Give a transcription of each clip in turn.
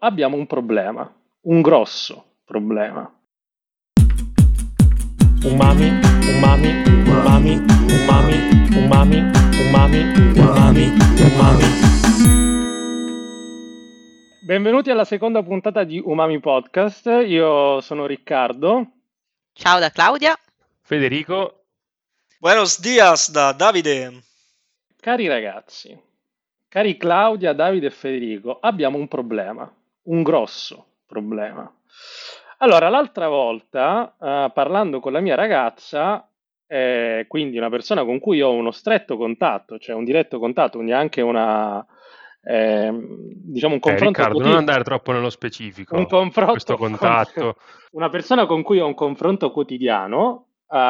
abbiamo un problema, un grosso problema. Umami, umami, umami, umami, umami, umami, umami, umami. Benvenuti alla seconda puntata di Umami Podcast. Io sono Riccardo. Ciao da Claudia. Federico. Buenos dias da Davide. Cari ragazzi, cari Claudia, Davide e Federico, abbiamo un problema, un grosso problema. Allora, l'altra volta, parlando con la mia ragazza, quindi una persona con cui ho uno stretto contatto, cioè un diretto contatto, quindi anche diciamo un confronto Riccardo, non andare troppo nello specifico. un confronto Questo contatto. una persona con cui ho un confronto quotidiano.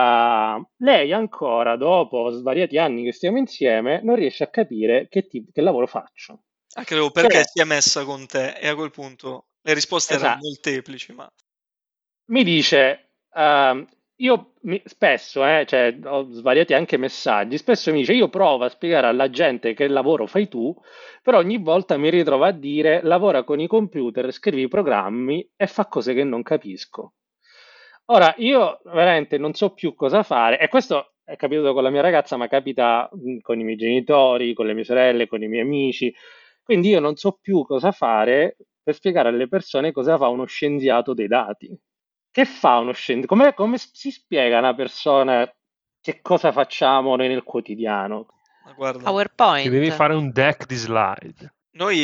Lei ancora, dopo svariati anni che stiamo insieme, non riesce a capire che lavoro faccio. Credo perché Cioè, si è messa con te e a quel punto le risposte erano esatto. molteplici, ma Mi dice, spesso, cioè, ho svariati anche messaggi, spesso mi dice, io provo a spiegare alla gente che lavoro fai tu, però ogni volta mi ritrovo a dire, lavora con i computer, scrivi programmi e fa cose che non capisco. Ora, io veramente non so più cosa fare, e questo è capitato con la mia ragazza, ma capita con i miei genitori, con le mie sorelle, con i miei amici. Quindi io non so più cosa fare per spiegare alle persone cosa fa uno scienziato dei dati. Che fa uno scienziato? Come si spiega a una persona che cosa facciamo noi nel quotidiano? ma guarda, Ti PowerPoint. devi fare un deck di slide.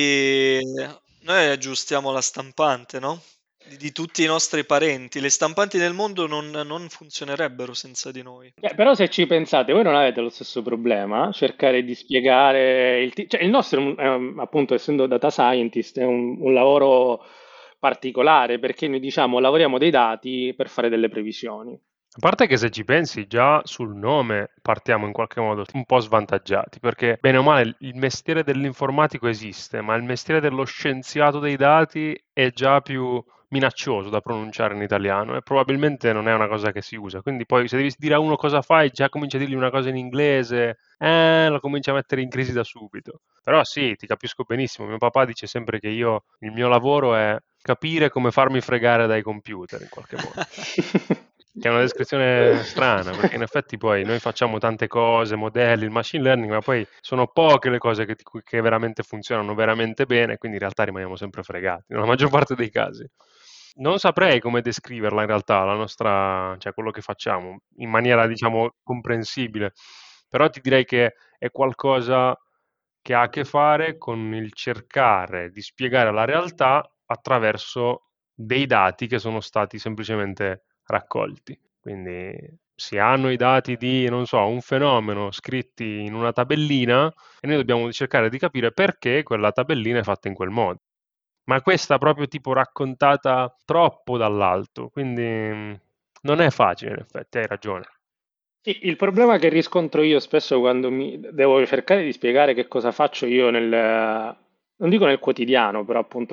noi aggiustiamo la stampante, no? Di tutti i nostri parenti. Le stampanti del mondo non funzionerebbero senza di noi. Però se ci pensate, voi non avete lo stesso problema, cercare di spiegare cioè il nostro, appunto, essendo data scientist, è un lavoro particolare perché noi diciamo lavoriamo dei dati per fare delle previsioni. A parte che se ci pensi già sul nome partiamo in qualche modo un po' svantaggiati, perché bene o male il mestiere dell'informatico esiste, ma il mestiere dello scienziato dei dati è già più minaccioso da pronunciare in italiano e probabilmente non è una cosa che si usa. Quindi poi se devi dire a uno cosa fai, già cominci a dirgli una cosa in inglese, lo cominci a mettere in crisi da subito. Però sì, ti capisco benissimo. Mio papà dice sempre che il mio lavoro è capire come farmi fregare dai computer in qualche modo. Che è una descrizione strana, perché in effetti poi noi facciamo tante cose, modelli, il machine learning, ma poi sono poche le cose che veramente funzionano veramente bene, quindi in realtà rimaniamo sempre fregati, nella maggior parte dei casi. Non saprei come descriverla in realtà, la nostra, cioè quello che facciamo, in maniera, diciamo, comprensibile, però ti direi che è qualcosa che ha a che fare con il cercare di spiegare la realtà attraverso dei dati che sono stati semplicemente raccolti. Quindi si hanno i dati di, non so, un fenomeno scritti in una tabellina e noi dobbiamo cercare di capire perché quella tabellina è fatta in quel modo. Ma questa proprio tipo raccontata troppo dall'alto, quindi non è facile in effetti, hai ragione. Sì, il problema che riscontro io spesso quando devo cercare di spiegare che cosa faccio io non dico nel quotidiano, però appunto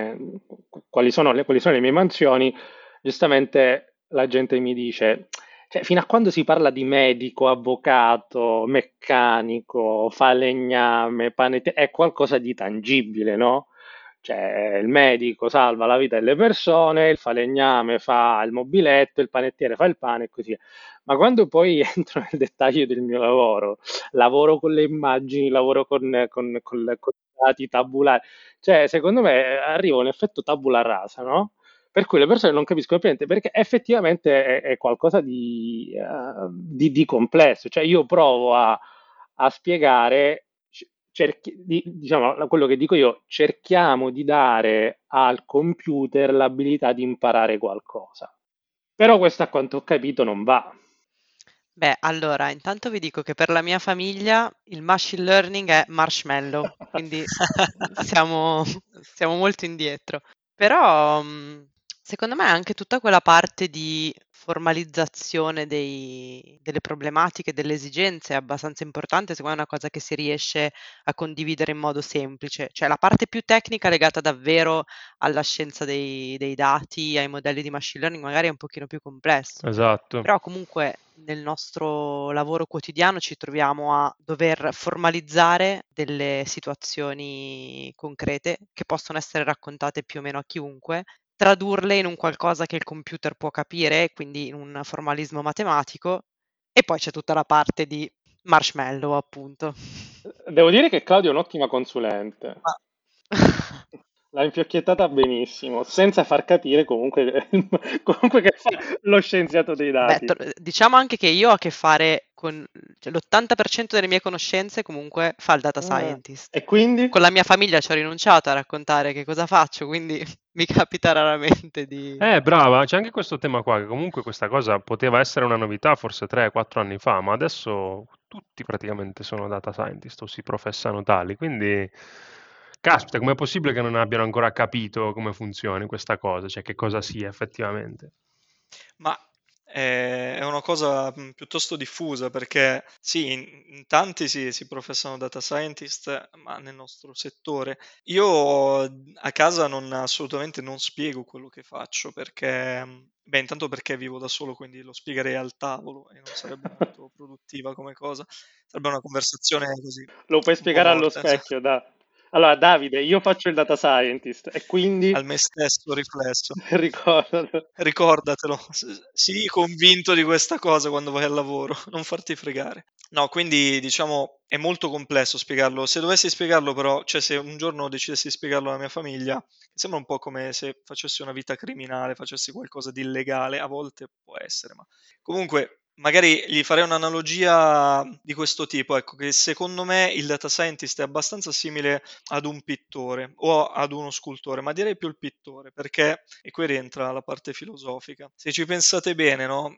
quali sono le mie mansioni, giustamente la gente mi dice, cioè, fino a quando si parla di medico, avvocato, meccanico, falegname, panettiere, è qualcosa di tangibile, no? Cioè, il medico salva la vita delle persone, il falegname fa il mobiletto, il panettiere fa il pane e così via. Ma quando poi entro nel dettaglio del mio lavoro, lavoro con le immagini, lavoro con i dati tabulari, cioè secondo me arriva un effetto tabula rasa, no? Per cui le persone non capiscono niente perché effettivamente è qualcosa di complesso. Cioè io provo a spiegare, diciamo, quello che dico io, cerchiamo di dare al computer l'abilità di imparare qualcosa. Però questo a quanto ho capito non va. Beh, allora, intanto vi dico che per la mia famiglia il machine learning è marshmallow, quindi siamo molto indietro. Però Secondo me anche tutta quella parte di formalizzazione delle problematiche, delle esigenze è abbastanza importante, secondo me è una cosa che si riesce a condividere in modo semplice. Cioè la parte più tecnica legata davvero alla scienza dei dati, ai modelli di machine learning, magari è un pochino più complesso. Esatto. Però comunque nel nostro lavoro quotidiano ci troviamo a dover formalizzare delle situazioni concrete che possono essere raccontate più o meno a chiunque, tradurle in un qualcosa che il computer può capire, quindi in un formalismo matematico, e poi c'è tutta la parte di marshmallow, appunto. Devo dire che Claudio è un'ottima consulente. Ma L'ha infiocchettata benissimo, senza far capire comunque, comunque che fa lo scienziato dei Beh, dati. diciamo anche che io ho a che fare con cioè, l'80% delle mie conoscenze comunque fa il data scientist. E quindi? Con la mia famiglia ci ho rinunciato a raccontare che cosa faccio, quindi mi capita raramente di... Brava, c'è anche questo tema qua, che comunque questa cosa poteva essere una novità forse 3-4 anni fa, ma adesso tutti praticamente sono data scientist o si professano tali, quindi caspita, com'è possibile che non abbiano ancora capito come funzioni questa cosa, cioè che cosa sia effettivamente? Ma è una cosa piuttosto diffusa perché sì, in tanti si professano data scientist, ma nel nostro settore. Io a casa assolutamente non spiego quello che faccio perché, beh, intanto perché vivo da solo, quindi lo spiegherei al tavolo e non sarebbe molto produttiva come cosa. Sarebbe una conversazione così, Lo puoi un po' spiegare allo morta. specchio, da. Allora, Davide, io faccio il data scientist e quindi Al me stesso riflesso. ricordalo. Ricordatelo, sii convinto di questa cosa quando vai al lavoro, non farti fregare. No, quindi diciamo è molto complesso spiegarlo. Se dovessi spiegarlo però, cioè se un giorno decidessi di spiegarlo alla mia famiglia, sembra un po' come se facessi una vita criminale, facessi qualcosa di illegale, a volte può essere, ma comunque magari gli farei un'analogia di questo tipo, ecco, che secondo me il data scientist è abbastanza simile ad un pittore o ad uno scultore, ma direi più il pittore, perché, e qui rientra la parte filosofica, se ci pensate bene, no?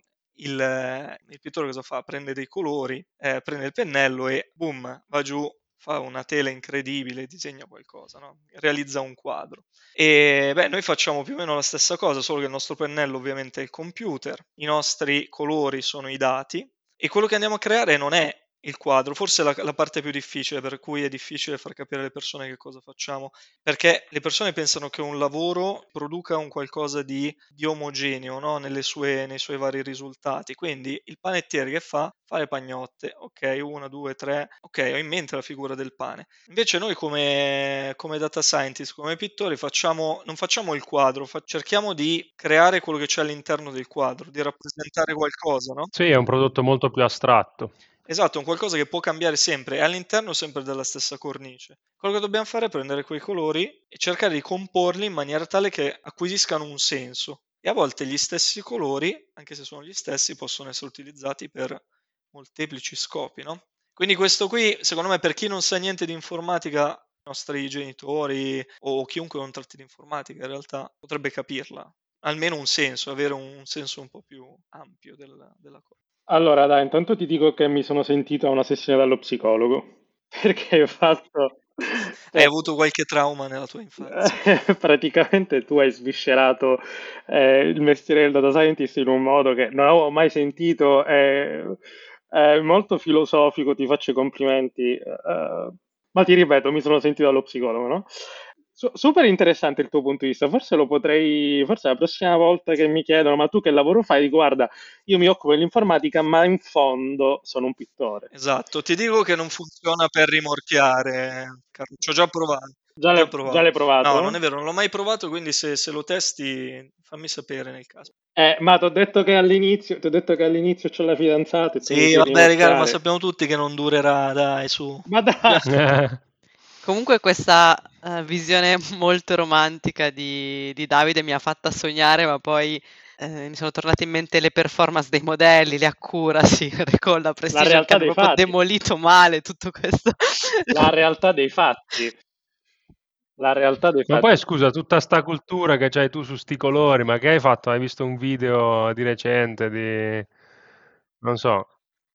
Il pittore cosa fa? Prende dei colori, prende il pennello e boom, va giù, fa una tela incredibile, disegna qualcosa, no? Realizza un quadro. E beh, noi facciamo più o meno la stessa cosa, solo che il nostro pennello ovviamente è il computer, i nostri colori sono i dati e quello che andiamo a creare non è il quadro, forse è la parte più difficile, per cui è difficile far capire alle persone che cosa facciamo, perché le persone pensano che un lavoro produca un qualcosa di omogeneo, no? Nei suoi vari risultati. Quindi il panettiere che fa? Fa le pagnotte, ok, 1, 2, 3, ok, ho in mente la figura del pane. Invece noi come data scientist, come pittori, non facciamo il quadro, cerchiamo di creare quello che c'è all'interno del quadro, di rappresentare qualcosa, no? Sì, è un prodotto molto più astratto. Esatto, è un qualcosa che può cambiare sempre, è all'interno sempre della stessa cornice. Quello che dobbiamo fare è prendere quei colori e cercare di comporli in maniera tale che acquisiscano un senso. E a volte gli stessi colori, anche se sono gli stessi, possono essere utilizzati per molteplici scopi, no? Quindi questo qui, secondo me, per chi non sa niente di informatica, i nostri genitori o chiunque non tratti di informatica in realtà potrebbe capirla, almeno un senso, avere un senso un po' più ampio della cosa. Allora, dai, intanto ti dico che mi sono sentito a una sessione dallo psicologo, perché ho fatto. Hai cioè, avuto qualche trauma nella tua infanzia? praticamente tu hai sviscerato il mestiere del data scientist in un modo che non avevo mai sentito, è molto filosofico, ti faccio i complimenti, ma ti ripeto, mi sono sentito dallo psicologo, no? Super interessante il tuo punto di vista, forse la prossima volta che mi chiedono, ma tu che lavoro fai? Dico, guarda, io mi occupo dell'informatica, ma in fondo sono un pittore. Esatto, ti dico che non funziona per rimorchiare, Carlo. Ci ho già provato. Già Già l'hai provato. No, non è provato? vero, non l'ho mai provato, quindi se lo testi fammi sapere nel caso. Ma ti ho detto che all'inizio c'ho la fidanzata e tu mi Sì, chiedi di vabbè, Riccardo, ma rimorchiare. sappiamo tutti che non durerà, dai, su. Ma dai! Comunque questa visione molto romantica di Davide mi ha fatta sognare, ma poi mi sono tornate in mente le performance dei modelli, le Accuracy, con la La Precision che realtà hanno dei proprio fatti. demolito male tutto questo. La realtà dei fatti. La realtà dei Ma poi fatti. scusa, tutta sta cultura che c'hai tu su sti colori, ma che hai fatto? Hai visto un video di recente di, non so,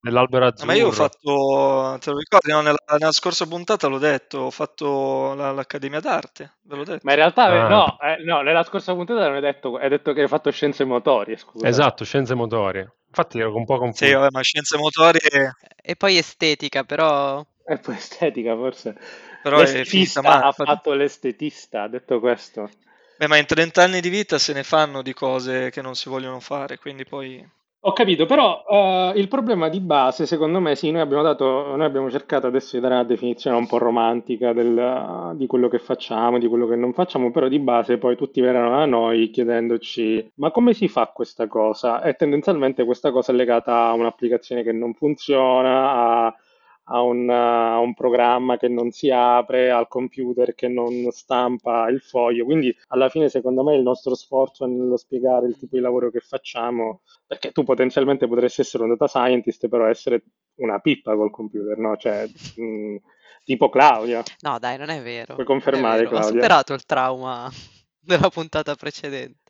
dell'albero Ma io ho azzurro. fatto, te lo ricordi, no? Nella scorsa puntata l'ho detto, ho fatto l'Accademia d'Arte, ve l'ho Ma in detto. realtà, Ah, no, no, nella scorsa puntata non hai detto che hai fatto scienze motorie, scusa. esatto, scienze motorie. Infatti ero un po' Sì, confuso. vabbè, ma scienze motorie, E poi estetica, però E poi estetica, forse. però è finita L'estetista male. ha fatto l'estetista, ha detto questo. Beh, ma in 30 anni di vita se ne fanno di cose che non si vogliono fare, quindi poi... Ho capito, però il problema di base, secondo me, sì, noi abbiamo cercato adesso di dare una definizione un po' romantica di quello che facciamo, di quello che non facciamo, però di base poi tutti verranno da noi chiedendoci ma come si fa questa cosa? E tendenzialmente questa cosa è legata a un'applicazione che non funziona, a un programma che non si apre, al computer che non stampa il foglio. Quindi alla fine, secondo me, il nostro sforzo è nello spiegare il tipo di lavoro che facciamo perché tu potenzialmente potresti essere un data scientist, però essere una pippa col computer, no? Cioè, tipo Claudia. no, dai, non è vero, Puoi non è confermare, vero. Ho Claudia? superato il trauma della puntata precedente.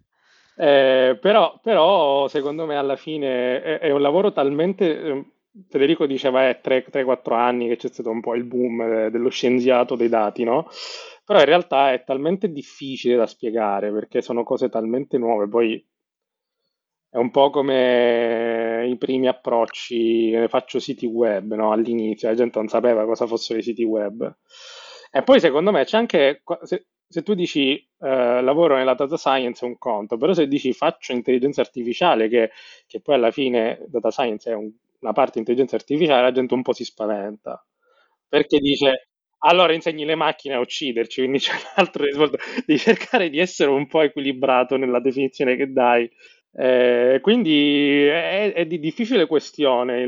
Però, secondo me alla fine è un lavoro talmente... Federico diceva 3-4 anni che c'è stato un po' il boom dello scienziato dei dati, no? Però in realtà è talmente difficile da spiegare perché sono cose talmente nuove. Poi è un po' come i primi approcci, faccio siti web, no? All'inizio la gente non sapeva cosa fossero i siti web. E poi secondo me c'è anche, se tu dici lavoro nella data science è un conto, però se dici faccio intelligenza artificiale, che poi alla fine data science è una parte di intelligenza artificiale, la gente un po' si spaventa. Perché dice, allora insegni le macchine a ucciderci, quindi c'è un altro risvolto, di cercare di essere un po' equilibrato nella definizione che dai. Quindi è di difficile questione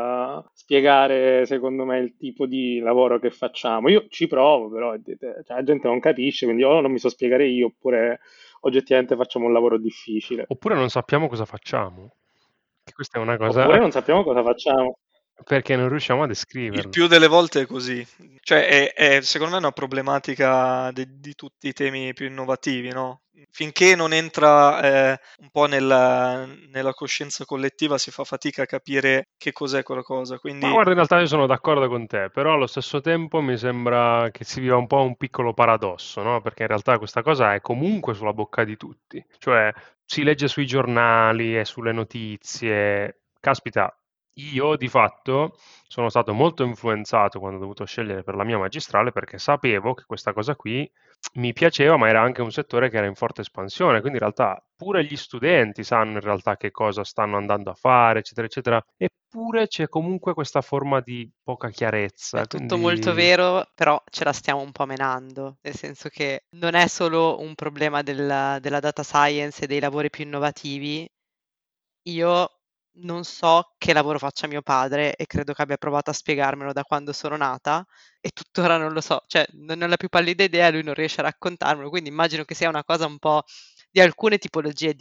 spiegare, secondo me, il tipo di lavoro che facciamo. Io ci provo, però cioè, la gente non capisce, quindi o non mi so spiegare io, oppure oggettivamente facciamo un lavoro difficile. Oppure non sappiamo cosa facciamo. Che questa è una Oppure cosa non sappiamo cosa facciamo. perché non riusciamo a Il descriverlo. più delle volte è così. Cioè, secondo me è una problematica di tutti i temi più innovativi, no? Finché non entra un po' nella coscienza collettiva si fa fatica a capire che cos'è quella cosa. Ma Quindi guarda, in realtà io sono d'accordo con te, però allo stesso tempo mi sembra che si viva un po' un piccolo paradosso, no? Perché in realtà questa cosa è comunque sulla bocca di tutti. Cioè, si legge sui giornali e sulle notizie. Caspita, io di fatto sono stato molto influenzato quando ho dovuto scegliere per la mia magistrale perché sapevo che questa cosa qui mi piaceva, ma era anche un settore che era in forte espansione, quindi in realtà pure gli studenti sanno in realtà che cosa stanno andando a fare, eccetera, eccetera, eppure c'è comunque questa forma di poca È chiarezza, tutto molto quindi vero, però ce la stiamo un po' menando, nel senso che non è solo un problema della data science e dei lavori più innovativi. Io non so che lavoro faccia mio padre e credo che abbia provato a spiegarmelo da quando sono nata e tuttora non lo so, cioè non ho la più pallida idea, lui non riesce a raccontarmelo, quindi immagino che sia una cosa un po' di alcune tipologie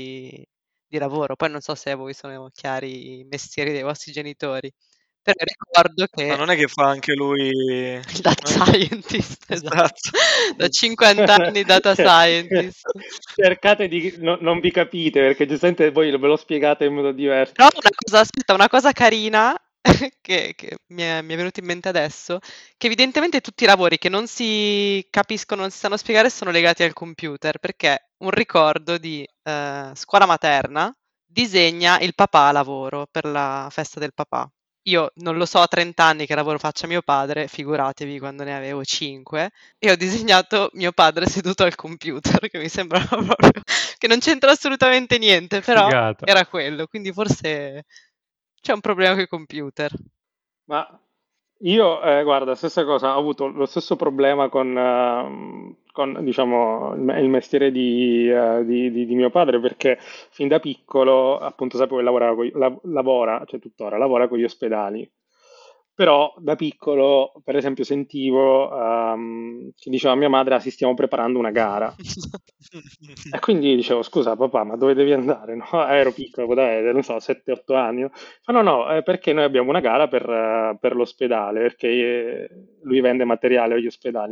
di lavoro. Poi non so se a voi sono chiari i mestieri dei vostri genitori, però ricordo ma che non è che fa anche lui... il data non è che- scientist, Esatto. da 50 anni data scientist. Cercate di... non vi capite, perché giustamente voi ve lo spiegate in modo diverso. Però una cosa, aspetta, una cosa carina che mi è venuta in mente adesso, che evidentemente tutti i lavori che non si capiscono, non si sanno spiegare sono legati al computer, perché un ricordo di scuola materna disegna il papà a lavoro per la festa del papà. Io non lo so a 30 anni che lavoro faccia mio padre, figuratevi quando ne avevo 5, e ho disegnato mio padre seduto al computer, che mi sembrava proprio che non c'entra assolutamente niente, che però figata. era quello, quindi forse c'è un problema coi computer. Ma io, guarda, stessa cosa, ho avuto lo stesso problema con, diciamo, il mestiere di mio padre, perché fin da piccolo, appunto, sapevo che lavora, cioè tuttora, lavora con gli ospedali. Però da piccolo, per esempio, sentivo che diceva a mia madre, ah, si stiamo preparando una gara. E quindi dicevo, scusa papà, ma dove devi andare? No? Ero piccolo, dai, non so, 7-8 anni. No? Fa no, no, perché noi abbiamo una gara per l'ospedale, perché lui vende materiale agli ospedali, no?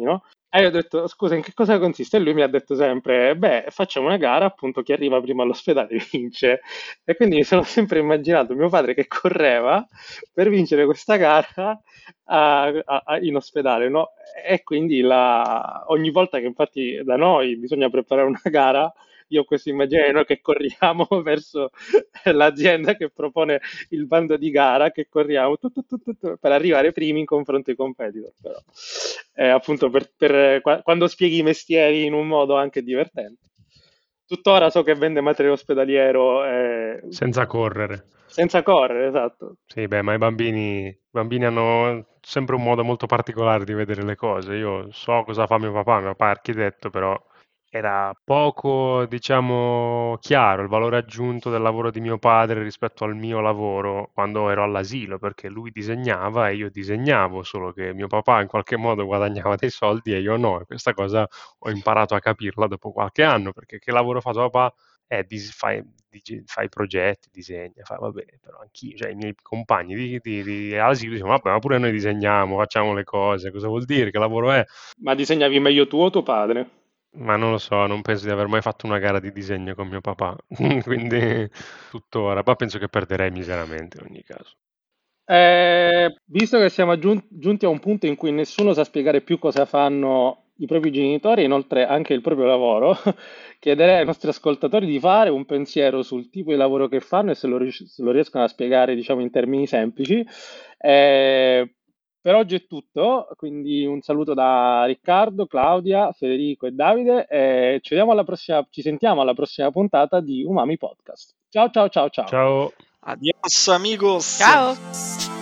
E io ho detto, scusa, in che cosa consiste? E lui mi ha detto sempre, beh, facciamo una gara, appunto, chi arriva prima all'ospedale vince. E quindi mi sono sempre immaginato mio padre che correva per vincere questa gara in ospedale, no? E quindi ogni volta che infatti da noi bisogna preparare una gara, io ho questa immagine noi che corriamo verso l'azienda che propone il bando di gara, che corriamo per arrivare primi in confronto ai competitor. Però, appunto, quando spieghi i mestieri in un modo anche divertente. Tuttora so che vende materiale ospedaliero Senza correre. senza correre, esatto. Sì, beh, ma i bambini hanno sempre un modo molto particolare di vedere le cose. Io so cosa fa mio papà è architetto, però era poco, diciamo, chiaro il valore aggiunto del lavoro di mio padre rispetto al mio lavoro quando ero all'asilo, perché lui disegnava e io disegnavo, solo che mio papà in qualche modo guadagnava dei soldi e io no, e questa cosa ho imparato a capirla dopo qualche anno, perché che lavoro fa tuo papà? Fai progetti, disegna, vabbè, però anch'io, cioè i miei compagni di asilo dicono, vabbè, ma pure noi disegniamo, facciamo le cose, cosa vuol dire, che lavoro è? Ma disegnavi meglio tu o tuo padre? Ma non lo so, non penso di aver mai fatto una gara di disegno con mio papà, quindi tuttora, ma penso che perderei miseramente in ogni caso. Visto che siamo giunti a un punto in cui nessuno sa spiegare più cosa fanno i propri genitori, e inoltre anche il proprio lavoro, chiederei ai nostri ascoltatori di fare un pensiero sul tipo di lavoro che fanno e se lo riescono a spiegare, diciamo, in termini semplici. Eh, per oggi è tutto, quindi un saluto da Riccardo, Claudia, Federico e Davide e ci sentiamo alla prossima puntata di Umami Podcast. Ciao ciao ciao ciao. Ciao! Adios, amigos! Ciao!